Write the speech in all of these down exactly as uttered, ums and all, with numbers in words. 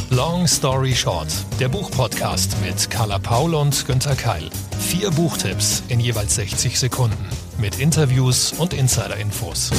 Long Story Short, der Buchpodcast mit Carla Paul und Günther Keil. Vier Buchtipps in jeweils sechzig Sekunden mit Interviews und Insider-Infos.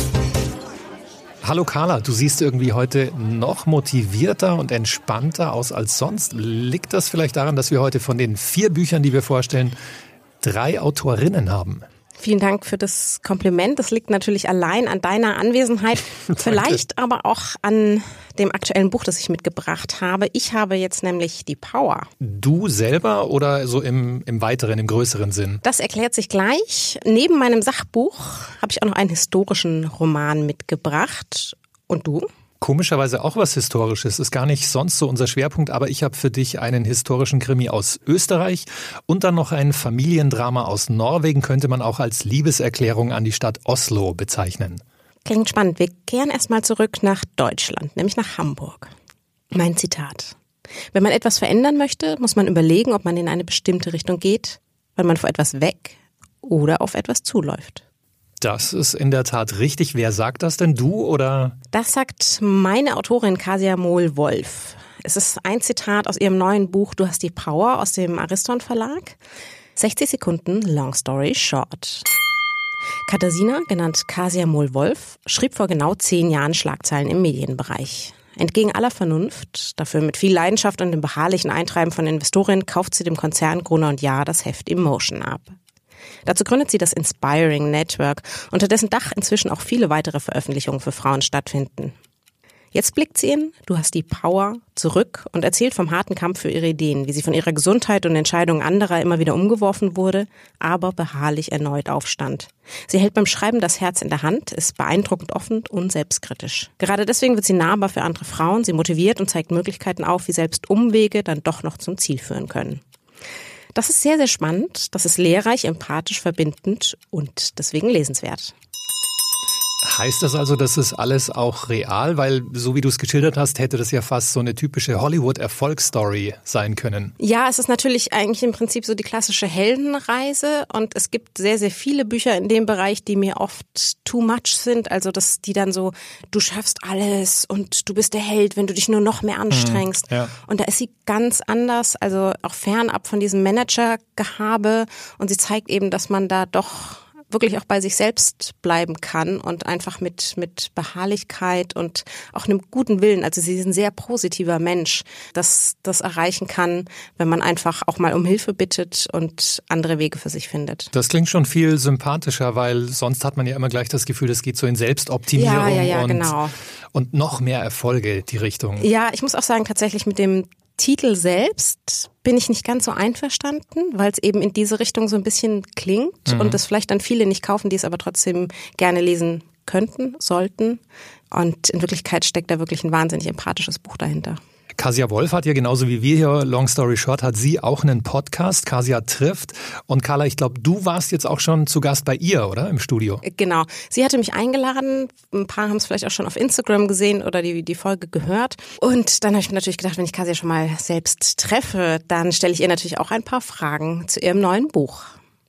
Hallo Carla, du siehst irgendwie heute noch motivierter und entspannter aus als sonst. Liegt das vielleicht daran, dass wir heute von den vier Büchern, die wir vorstellen, drei Autorinnen haben? Vielen Dank für das Kompliment. Das liegt natürlich allein an deiner Anwesenheit, vielleicht aber auch an dem aktuellen Buch, das ich mitgebracht habe. Ich habe jetzt nämlich die Power. Du selber oder so im, im weiteren, im größeren Sinn? Das erklärt sich gleich. Neben meinem Sachbuch habe ich auch noch einen historischen Roman mitgebracht. Und du? Komischerweise auch was Historisches, ist gar nicht sonst so unser Schwerpunkt, aber ich habe für dich einen historischen Krimi aus Österreich und dann noch ein Familiendrama aus Norwegen, könnte man auch als Liebeserklärung an die Stadt Oslo bezeichnen. Klingt spannend. Wir kehren erstmal zurück nach Deutschland, nämlich nach Hamburg. Mein Zitat. Wenn man etwas verändern möchte, muss man überlegen, ob man in eine bestimmte Richtung geht, weil man vor etwas weg oder auf etwas zuläuft. Das ist in der Tat richtig. Wer sagt das denn, du oder? Das sagt meine Autorin Kasia Mohl-Wolf. Es ist ein Zitat aus ihrem neuen Buch Du hast die Power aus dem Ariston Verlag. sechzig Sekunden Long Story Short. Katarzyna, genannt Kasia Mohl-Wolf, schrieb vor genau zehn Jahren Schlagzeilen im Medienbereich. Entgegen aller Vernunft, dafür mit viel Leidenschaft und dem beharrlichen Eintreiben von Investorinnen, kauft sie dem Konzern Gruner und Jahr das Heft Emotion ab. Dazu gründet sie das Inspiring Network, unter dessen Dach inzwischen auch viele weitere Veröffentlichungen für Frauen stattfinden. Jetzt blickt sie in Du hast die Power zurück und erzählt vom harten Kampf für ihre Ideen, wie sie von ihrer Gesundheit und Entscheidungen anderer immer wieder umgeworfen wurde, aber beharrlich erneut aufstand. Sie hält beim Schreiben das Herz in der Hand, ist beeindruckend offen und selbstkritisch. Gerade deswegen wird sie nahbar für andere Frauen, sie motiviert und zeigt Möglichkeiten auf, wie selbst Umwege dann doch noch zum Ziel führen können. Das ist sehr, sehr spannend, das ist lehrreich, empathisch, verbindend und deswegen lesenswert. Heißt das also, das ist alles auch real? Weil, so wie du es geschildert hast, hätte das ja fast so eine typische Hollywood-Erfolgsstory sein können. Ja, es ist natürlich eigentlich im Prinzip so die klassische Heldenreise und es gibt sehr, sehr viele Bücher in dem Bereich, die mir oft too much sind. Also, dass die dann so, du schaffst alles und du bist der Held, wenn du dich nur noch mehr anstrengst. Mhm, ja. Und da ist sie ganz anders, also auch fernab von diesem Managergehabe und sie zeigt eben, dass man da doch wirklich auch bei sich selbst bleiben kann und einfach mit mit Beharrlichkeit und auch einem guten Willen, also sie ist ein sehr positiver Mensch, dass das erreichen kann, wenn man einfach auch mal um Hilfe bittet und andere Wege für sich findet. Das klingt schon viel sympathischer, weil sonst hat man ja immer gleich das Gefühl, das geht so in Selbstoptimierung ja, ja, ja, und, genau. und noch mehr Erfolge die Richtung. Ja, ich muss auch sagen, tatsächlich mit dem Titel selbst bin ich nicht ganz so einverstanden, weil es eben in diese Richtung so ein bisschen klingt mhm. und das vielleicht dann viele nicht kaufen, die es aber trotzdem gerne lesen könnten, sollten. Und in Wirklichkeit steckt da wirklich ein wahnsinnig empathisches Buch dahinter. Kasia Wolf hat ja genauso wie wir hier, Long Story Short, hat sie auch einen Podcast, Kasia trifft. Und Carla, ich glaube, du warst jetzt auch schon zu Gast bei ihr, oder? Im Studio. Genau. Sie hatte mich eingeladen. Ein paar haben es vielleicht auch schon auf Instagram gesehen oder die, die Folge gehört. Und dann habe ich mir natürlich gedacht, wenn ich Kasia schon mal selbst treffe, dann stelle ich ihr natürlich auch ein paar Fragen zu ihrem neuen Buch.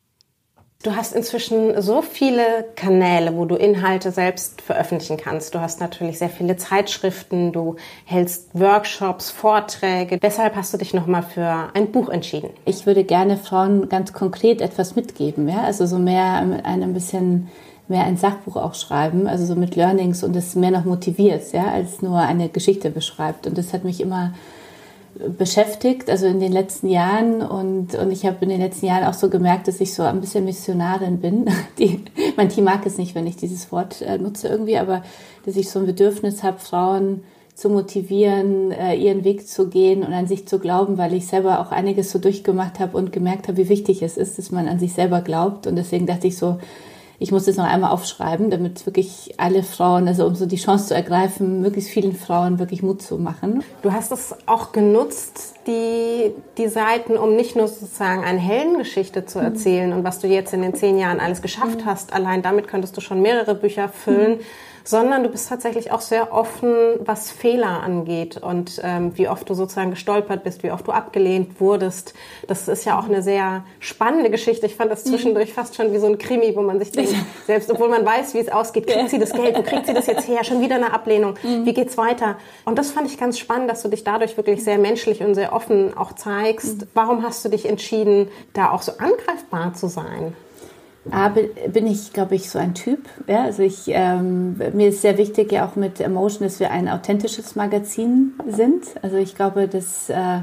Du hast inzwischen so viele Kanäle, wo du Inhalte selbst veröffentlichen kannst. Du hast natürlich sehr viele Zeitschriften, du hältst Workshops, Vorträge. Weshalb hast du dich nochmal für ein Buch entschieden? Ich würde gerne Frauen ganz konkret etwas mitgeben, ja, also so mehr mit einem bisschen mehr ein Sachbuch auch schreiben, also so mit Learnings und es mehr noch motiviert, ja, als nur eine Geschichte beschreibt. Und das hat mich immer beschäftigt, also in den letzten Jahren und, und ich habe in den letzten Jahren auch so gemerkt, dass ich so ein bisschen Missionarin bin. Die, mein Team mag es nicht, wenn ich dieses Wort äh, nutze irgendwie, aber dass ich so ein Bedürfnis habe, Frauen zu motivieren, äh, ihren Weg zu gehen und an sich zu glauben, weil ich selber auch einiges so durchgemacht habe und gemerkt habe, wie wichtig es ist, dass man an sich selber glaubt und deswegen dachte ich so, ich muss das noch einmal aufschreiben, damit wirklich alle Frauen, also um so die Chance zu ergreifen, möglichst vielen Frauen wirklich Mut zu machen. Du hast es auch genutzt, die, die Seiten, um nicht nur sozusagen eine Heldengeschichte zu erzählen mhm. und was du jetzt in den zehn Jahren alles geschafft mhm. hast. Allein damit könntest du schon mehrere Bücher füllen, mhm. sondern du bist tatsächlich auch sehr offen, was Fehler angeht und ähm, wie oft du sozusagen gestolpert bist, wie oft du abgelehnt wurdest. Das ist ja auch eine sehr spannende Geschichte. Ich fand das zwischendurch fast schon wie so ein Krimi, wo man sich denkt, selbst obwohl man weiß, wie es ausgeht, kriegt sie das Geld, wo kriegt sie das jetzt her? Schon wieder eine Ablehnung. Wie geht's weiter? Und das fand ich ganz spannend, dass du dich dadurch wirklich sehr menschlich und sehr offen auch zeigst. Warum hast du dich entschieden, da auch so angreifbar zu sein? A, bin ich, glaube ich, so ein Typ. Ja, also ich, ähm, mir ist sehr wichtig ja auch mit Emotion, dass wir ein authentisches Magazin sind. Also ich glaube, dass äh,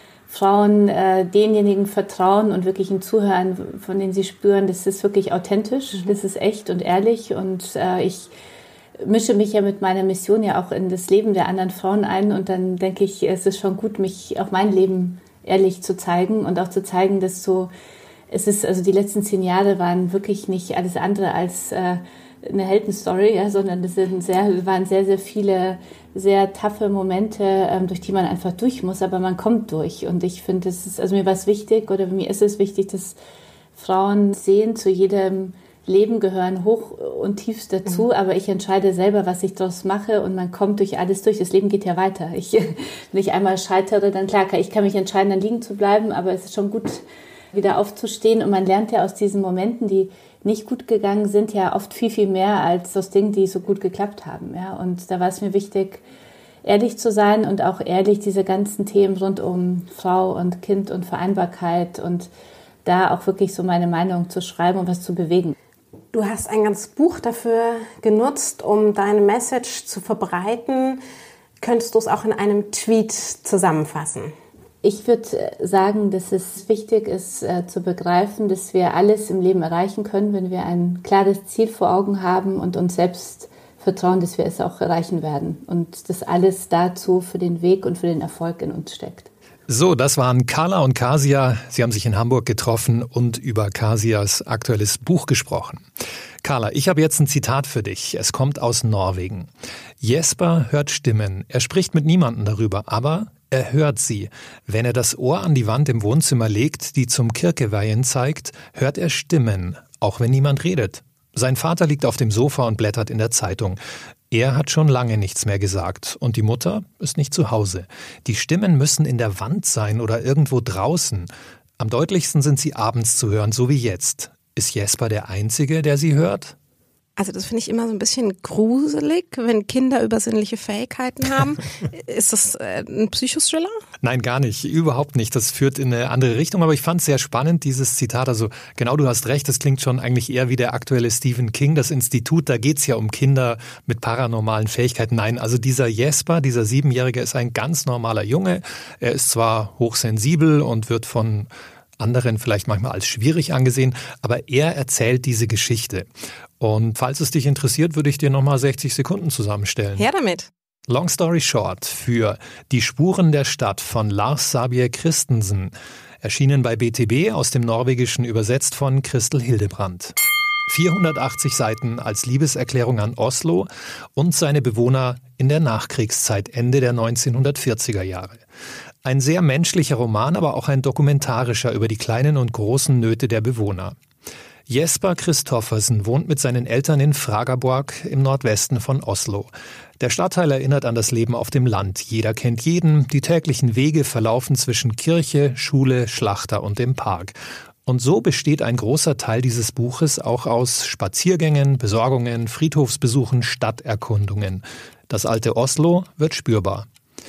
Frauen äh, denjenigen vertrauen und wirklich ein Zuhören, von denen sie spüren, das ist wirklich authentisch, mhm. das ist echt und ehrlich. Und äh, ich mische mich ja mit meiner Mission ja auch in das Leben der anderen Frauen ein. Und dann denke ich, es ist schon gut, mich auch mein Leben ehrlich zu zeigen und auch zu zeigen, dass so Es ist, also die letzten zehn Jahre waren wirklich nicht alles andere als äh, eine Heldenstory, ja, sondern es sind sehr, waren sehr, sehr viele sehr taffe Momente, ähm, durch die man einfach durch muss, aber man kommt durch. Und ich finde, es ist, also mir war es wichtig, oder mir ist es wichtig, dass Frauen sehen, zu jedem Leben gehören hoch und tiefst dazu, mhm. aber ich entscheide selber, was ich daraus mache und man kommt durch alles durch. Das Leben geht ja weiter. Ich, wenn ich einmal scheitere, dann klar, ich kann mich entscheiden, dann liegen zu bleiben, aber es ist schon gut, wieder aufzustehen. Und man lernt ja aus diesen Momenten, die nicht gut gegangen sind, ja oft viel, viel mehr als aus Dingen, die so gut geklappt haben. Ja, und da war es mir wichtig, ehrlich zu sein und auch ehrlich diese ganzen Themen rund um Frau und Kind und Vereinbarkeit und da auch wirklich so meine Meinung zu schreiben und was zu bewegen. Du hast ein ganzes Buch dafür genutzt, um deine Message zu verbreiten. Könntest du es auch in einem Tweet zusammenfassen? Ich würde sagen, dass es wichtig ist, äh, zu begreifen, dass wir alles im Leben erreichen können, wenn wir ein klares Ziel vor Augen haben und uns selbst vertrauen, dass wir es auch erreichen werden. Und dass alles dazu für den Weg und für den Erfolg in uns steckt. So, das waren Carla und Kasia. Sie haben sich in Hamburg getroffen und über Kasias aktuelles Buch gesprochen. Carla, ich habe jetzt ein Zitat für dich. Es kommt aus Norwegen. Jesper hört Stimmen. Er spricht mit niemandem darüber, aber er hört sie. Wenn er das Ohr an die Wand im Wohnzimmer legt, die zum Kirkeveihen zeigt, hört er Stimmen, auch wenn niemand redet. Sein Vater liegt auf dem Sofa und blättert in der Zeitung. Er hat schon lange nichts mehr gesagt und die Mutter ist nicht zu Hause. Die Stimmen müssen in der Wand sein oder irgendwo draußen. Am deutlichsten sind sie abends zu hören, so wie jetzt. Ist Jesper der Einzige, der sie hört? Also das finde ich immer so ein bisschen gruselig, wenn Kinder übersinnliche Fähigkeiten haben. Ist das äh, ein Psychothriller? Nein, gar nicht. Überhaupt nicht. Das führt in eine andere Richtung. Aber ich fand es sehr spannend, dieses Zitat. Also genau, du hast recht, das klingt schon eigentlich eher wie der aktuelle Stephen King, das Institut. Da geht's ja um Kinder mit paranormalen Fähigkeiten. Nein, also dieser Jesper, dieser Siebenjährige, ist ein ganz normaler Junge. Er ist zwar hochsensibel und wird von anderen vielleicht manchmal als schwierig angesehen, aber er erzählt diese Geschichte. Und falls es dich interessiert, würde ich dir nochmal sechzig Sekunden zusammenstellen. Her damit. Long Story Short für Die Spuren der Stadt von Lars Saabye Christensen. Erschienen bei B T B, aus dem Norwegischen übersetzt von Christel Hildebrandt. vierhundertachtzig Seiten als Liebeserklärung an Oslo und seine Bewohner in der Nachkriegszeit, Ende der neunzehnhundertvierziger Jahre. Ein sehr menschlicher Roman, aber auch ein dokumentarischer über die kleinen und großen Nöte der Bewohner. Jesper Christoffersen wohnt mit seinen Eltern in Fragaborg im Nordwesten von Oslo. Der Stadtteil erinnert an das Leben auf dem Land. Jeder kennt jeden. Die täglichen Wege verlaufen zwischen Kirche, Schule, Schlachter und dem Park. Und so besteht ein großer Teil dieses Buches auch aus Spaziergängen, Besorgungen, Friedhofsbesuchen, Stadterkundungen. Das alte Oslo wird spürbar.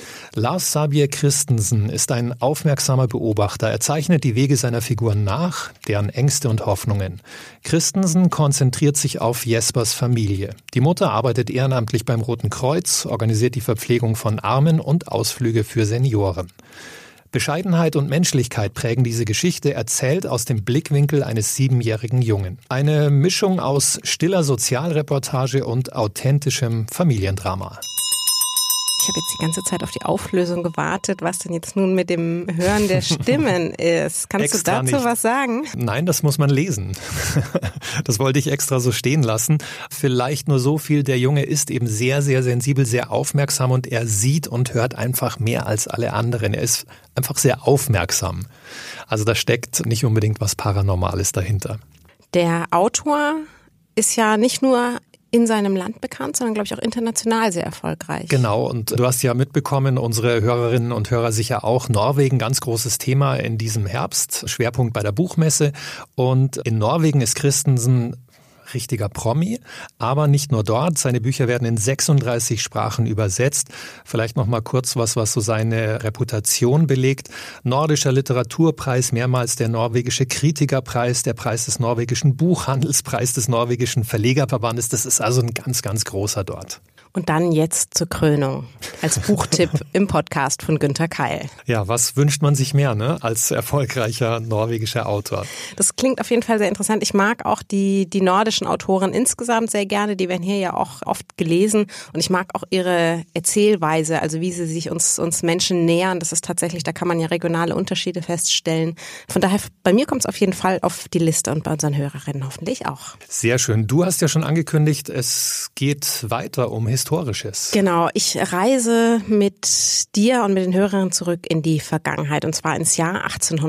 Lars Saabye Christensen ist ein aufmerksamer Beobachter. Er zeichnet die Wege seiner Figuren nach, deren Ängste und Hoffnungen. Christensen konzentriert sich auf Jespers Familie. Die Mutter arbeitet ehrenamtlich beim Roten Kreuz, organisiert die Verpflegung von Armen und Ausflüge für Senioren. Bescheidenheit und Menschlichkeit prägen diese Geschichte, erzählt aus dem Blickwinkel eines siebenjährigen Jungen. Eine Mischung aus stiller Sozialreportage und authentischem Familiendrama. Ich habe jetzt die ganze Zeit auf die Auflösung gewartet, was denn jetzt nun mit dem Hören der Stimmen ist. Kannst extra du dazu nicht. Was sagen? Nein, das muss man lesen. Das wollte ich extra so stehen lassen. Vielleicht nur so viel, der Junge ist eben sehr, sehr sensibel, sehr aufmerksam und er sieht und hört einfach mehr als alle anderen. Er ist einfach sehr aufmerksam. Also da steckt nicht unbedingt was Paranormales dahinter. Der Autor ist ja nicht nur in seinem Land bekannt, sondern, glaube ich, auch international sehr erfolgreich. Genau, und du hast ja mitbekommen, unsere Hörerinnen und Hörer sicher auch, Norwegen, ganz großes Thema in diesem Herbst, Schwerpunkt bei der Buchmesse. Und in Norwegen ist Christensen richtiger Promi, aber nicht nur dort. Seine Bücher werden in sechsunddreißig Sprachen übersetzt. Vielleicht noch mal kurz was, was so seine Reputation belegt. Nordischer Literaturpreis, mehrmals der norwegische Kritikerpreis, der Preis des norwegischen Buchhandelspreis, des norwegischen Verlegerverbandes. Das ist also ein ganz, ganz großer dort. Und dann jetzt zur Krönung als Buchtipp im Podcast von Günther Keil. Ja, was wünscht man sich mehr, ne, als erfolgreicher norwegischer Autor? Das klingt auf jeden Fall sehr interessant. Ich mag auch die, die nordischen Autoren insgesamt sehr gerne. Die werden hier ja auch oft gelesen. Und ich mag auch ihre Erzählweise, also wie sie sich uns, uns Menschen nähern. Das ist tatsächlich, da kann man ja regionale Unterschiede feststellen. Von daher, bei mir kommt es auf jeden Fall auf die Liste und bei unseren Hörerinnen hoffentlich auch. Sehr schön. Du hast ja schon angekündigt, es geht weiter um Historisches. Genau, ich reise mit dir und mit den Hörerinnen zurück in die Vergangenheit, und zwar ins Jahr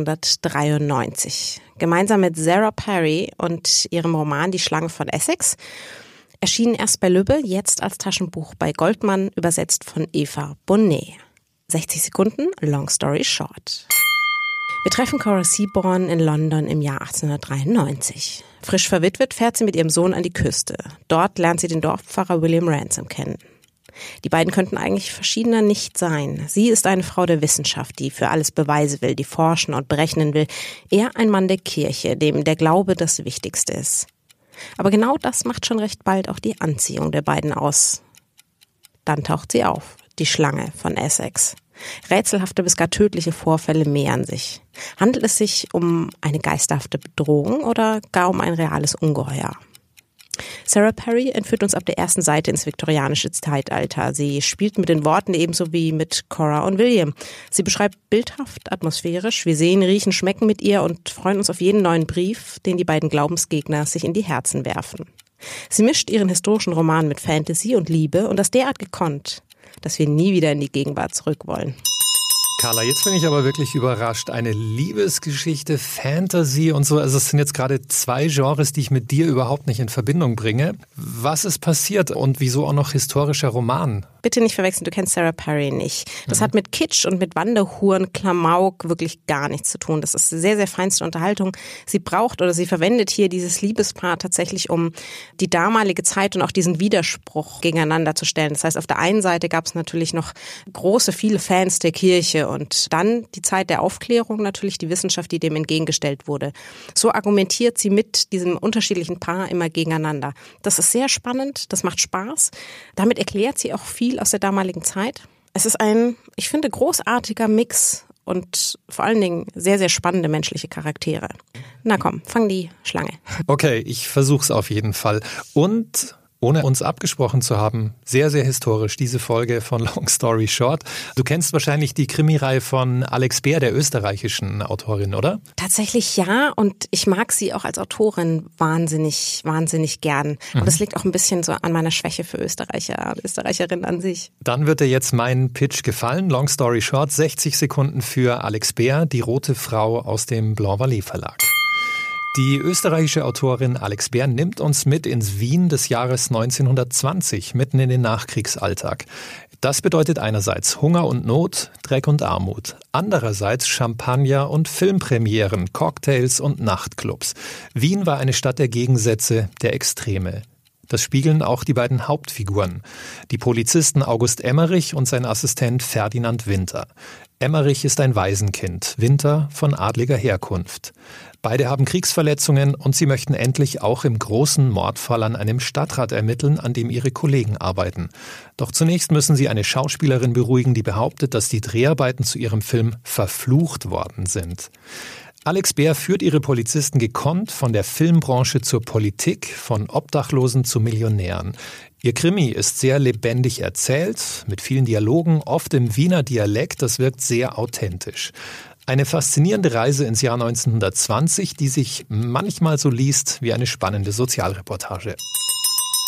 achtzehnhundertdreiundneunzig. Gemeinsam mit Sarah Perry und ihrem Roman Die Schlange von Essex, erschienen erst bei Lübbe, jetzt als Taschenbuch bei Goldmann, übersetzt von Eva Bonnet. sechzig Sekunden, long story short. Wir treffen Cora Seaborn in London im Jahr achtzehnhundertdreiundneunzig. Frisch verwitwet fährt sie mit ihrem Sohn an die Küste. Dort lernt sie den Dorfpfarrer William Ransom kennen. Die beiden könnten eigentlich verschiedener nicht sein. Sie ist eine Frau der Wissenschaft, die für alles Beweise will, die forschen und berechnen will. Er ein Mann der Kirche, dem der Glaube das Wichtigste ist. Aber genau das macht schon recht bald auch die Anziehung der beiden aus. Dann taucht sie auf, die Schlange von Essex. Rätselhafte bis gar tödliche Vorfälle mehren sich. Handelt es sich um eine geisterhafte Bedrohung oder gar um ein reales Ungeheuer? Sarah Perry entführt uns ab der ersten Seite ins viktorianische Zeitalter. Sie spielt mit den Worten ebenso wie mit Cora und William. Sie beschreibt bildhaft, atmosphärisch. Wir sehen, riechen, schmecken mit ihr und freuen uns auf jeden neuen Brief, den die beiden Glaubensgegner sich in die Herzen werfen. Sie mischt ihren historischen Roman mit Fantasy und Liebe und das derart gekonnt, dass wir nie wieder in die Gegenwart zurück wollen. Carla, jetzt bin ich aber wirklich überrascht. Eine Liebesgeschichte, Fantasy und so. Also es sind jetzt gerade zwei Genres, die ich mit dir überhaupt nicht in Verbindung bringe. Was ist passiert und wieso auch noch historischer Roman? Bitte nicht verwechseln, du kennst Sarah Perry nicht. Das mhm. hat mit Kitsch und mit Wanderhuren, Klamauk wirklich gar nichts zu tun. Das ist sehr, sehr feinste Unterhaltung. Sie braucht oder sie verwendet hier dieses Liebespaar tatsächlich, um die damalige Zeit und auch diesen Widerspruch gegeneinander zu stellen. Das heißt, auf der einen Seite gab es natürlich noch große, viele Fans der Kirche und dann die Zeit der Aufklärung, natürlich die Wissenschaft, die dem entgegengestellt wurde. So argumentiert sie mit diesem unterschiedlichen Paar immer gegeneinander. Das ist sehr spannend, das macht Spaß. Damit erklärt sie auch viel aus der damaligen Zeit. Es ist ein, ich finde, großartiger Mix und vor allen Dingen sehr, sehr spannende menschliche Charaktere. Na komm, fang die Schlange. Okay, ich versuch's auf jeden Fall. Und ohne uns abgesprochen zu haben, sehr, sehr historisch, diese Folge von Long Story Short. Du kennst wahrscheinlich die Krimireihe von Alex Beer, der österreichischen Autorin, oder? Tatsächlich ja, und ich mag sie auch als Autorin wahnsinnig, wahnsinnig gern. Und mhm. das liegt auch ein bisschen so an meiner Schwäche für Österreicher und Österreicherinnen an sich. Dann wird dir jetzt mein Pitch gefallen. Long Story Short, sechzig Sekunden für Alex Beer, die rote Frau aus dem Blanc Vallée Verlag. Die österreichische Autorin Alex Beer nimmt uns mit ins Wien des Jahres neunzehnhundertzwanzig, mitten in den Nachkriegsalltag. Das bedeutet einerseits Hunger und Not, Dreck und Armut. Andererseits Champagner und Filmpremieren, Cocktails und Nachtclubs. Wien war eine Stadt der Gegensätze, der Extreme. Das spiegeln auch die beiden Hauptfiguren, die Polizisten August Emmerich und sein Assistent Ferdinand Winter. Emmerich ist ein Waisenkind, Winter von adliger Herkunft. Beide haben Kriegsverletzungen und sie möchten endlich auch im großen Mordfall an einem Stadtrat ermitteln, an dem ihre Kollegen arbeiten. Doch zunächst müssen sie eine Schauspielerin beruhigen, die behauptet, dass die Dreharbeiten zu ihrem Film verflucht worden sind. Alex Beer führt ihre Polizisten gekonnt von der Filmbranche zur Politik, von Obdachlosen zu Millionären. Ihr Krimi ist sehr lebendig erzählt, mit vielen Dialogen, oft im Wiener Dialekt, das wirkt sehr authentisch. Eine faszinierende Reise ins Jahr neunzehnhundertzwanzig, die sich manchmal so liest wie eine spannende Sozialreportage.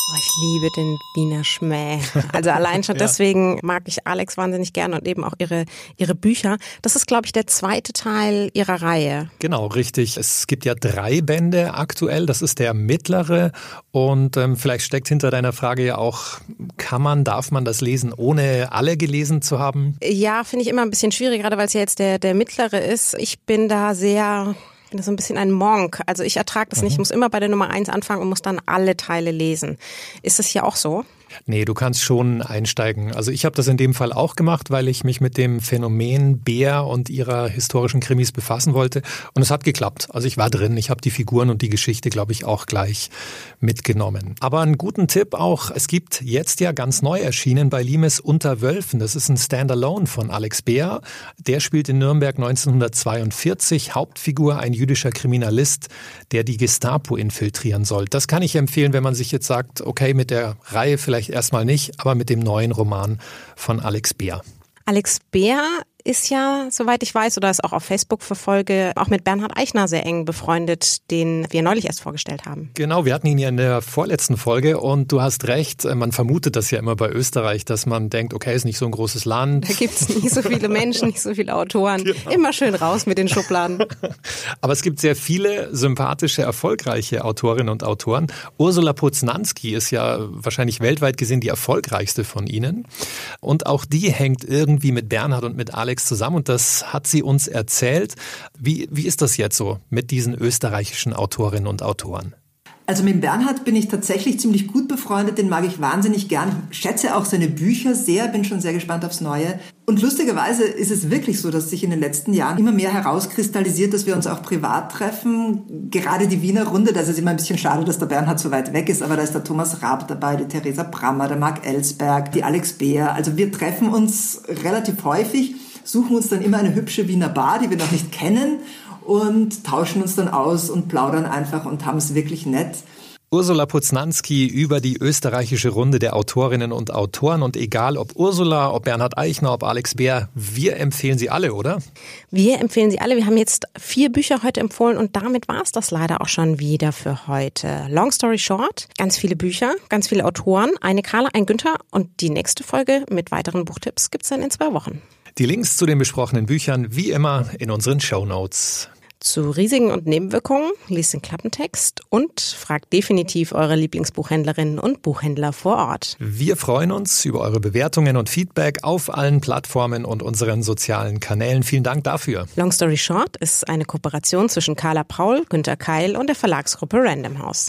Oh, ich liebe den Wiener Schmäh. Also allein schon deswegen mag ich Alex wahnsinnig gerne und eben auch ihre, ihre Bücher. Das ist, glaube ich, der zweite Teil ihrer Reihe. Genau, richtig. Es gibt ja drei Bände aktuell. Das ist der mittlere. Und ähm, vielleicht steckt hinter deiner Frage ja auch, kann man, darf man das lesen, ohne alle gelesen zu haben? Ja, finde ich immer ein bisschen schwierig, gerade weil es ja jetzt der, der mittlere ist. Ich bin da sehr... Ich bin so ein bisschen ein Monk. Also ich ertrage das nicht. Ich muss immer bei der Nummer eins anfangen und muss dann alle Teile lesen. Ist das hier auch so? Nee, du kannst schon einsteigen. Also ich habe das in dem Fall auch gemacht, weil ich mich mit dem Phänomen Bär und ihrer historischen Krimis befassen wollte. Und es hat geklappt. Also ich war drin, ich habe die Figuren und die Geschichte, glaube ich, auch gleich mitgenommen. Aber einen guten Tipp auch, es gibt jetzt ja ganz neu erschienen bei Limes Unter Wölfen. Das ist ein Standalone von Alex Bär. Der spielt in Nürnberg neunzehnhundertzweiundvierzig. Hauptfigur ein jüdischer Kriminalist, der die Gestapo infiltrieren soll. Das kann ich empfehlen, wenn man sich jetzt sagt, okay, mit der Reihe vielleicht erstmal nicht, aber mit dem neuen Roman von Alex Bär. Alex Bär ist ja, soweit ich weiß, oder es auch auf Facebook verfolge, auch mit Bernhard Eichner sehr eng befreundet, den wir neulich erst vorgestellt haben. Genau, wir hatten ihn ja in der vorletzten Folge und du hast recht, man vermutet das ja immer bei Österreich, dass man denkt, okay, ist nicht so ein großes Land. Da gibt es nicht so viele Menschen, nicht so viele Autoren. Genau. Immer schön raus mit den Schubladen. Aber es gibt sehr viele sympathische, erfolgreiche Autorinnen und Autoren. Ursula Poznanski ist ja wahrscheinlich weltweit gesehen die erfolgreichste von ihnen. Und auch die hängt irgendwie mit Bernhard und mit Alex zusammen und das hat sie uns erzählt. Wie, wie ist das jetzt so mit diesen österreichischen Autorinnen und Autoren? Also mit Bernhard bin ich tatsächlich ziemlich gut befreundet, den mag ich wahnsinnig gern, schätze auch seine Bücher sehr, bin schon sehr gespannt aufs Neue. Und lustigerweise ist es wirklich so, dass sich in den letzten Jahren immer mehr herauskristallisiert, dass wir uns auch privat treffen. Gerade die Wiener Runde, das ist immer ein bisschen schade, dass der Bernhard so weit weg ist, aber da ist der Thomas Raab dabei, die Theresa Brammer, der Marc Ellsberg, die Alex Bär. Also wir treffen uns relativ häufig, suchen uns dann immer eine hübsche Wiener Bar, die wir noch nicht kennen und tauschen uns dann aus und plaudern einfach und haben es wirklich nett. Ursula Poznanski über die österreichische Runde der Autorinnen und Autoren. Und egal ob Ursula, ob Bernhard Eichner, ob Alex Bär, wir empfehlen sie alle, oder? Wir empfehlen sie alle. Wir haben jetzt vier Bücher heute empfohlen und damit war es das leider auch schon wieder für heute. Long story short, ganz viele Bücher, ganz viele Autoren, eine Carla, ein Günther und die nächste Folge mit weiteren Buchtipps gibt's dann in zwei Wochen. Die Links zu den besprochenen Büchern wie immer in unseren Shownotes. Zu Risiken und Nebenwirkungen liest den Klappentext und fragt definitiv eure Lieblingsbuchhändlerinnen und Buchhändler vor Ort. Wir freuen uns über eure Bewertungen und Feedback auf allen Plattformen und unseren sozialen Kanälen. Vielen Dank dafür. Long Story Short ist eine Kooperation zwischen Carla Paul, Günter Keil und der Verlagsgruppe Random House.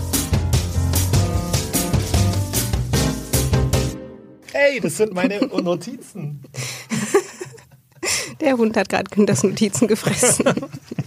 Hey, das sind meine Notizen. Der Hund hat gerade Günthers Notizen gefressen.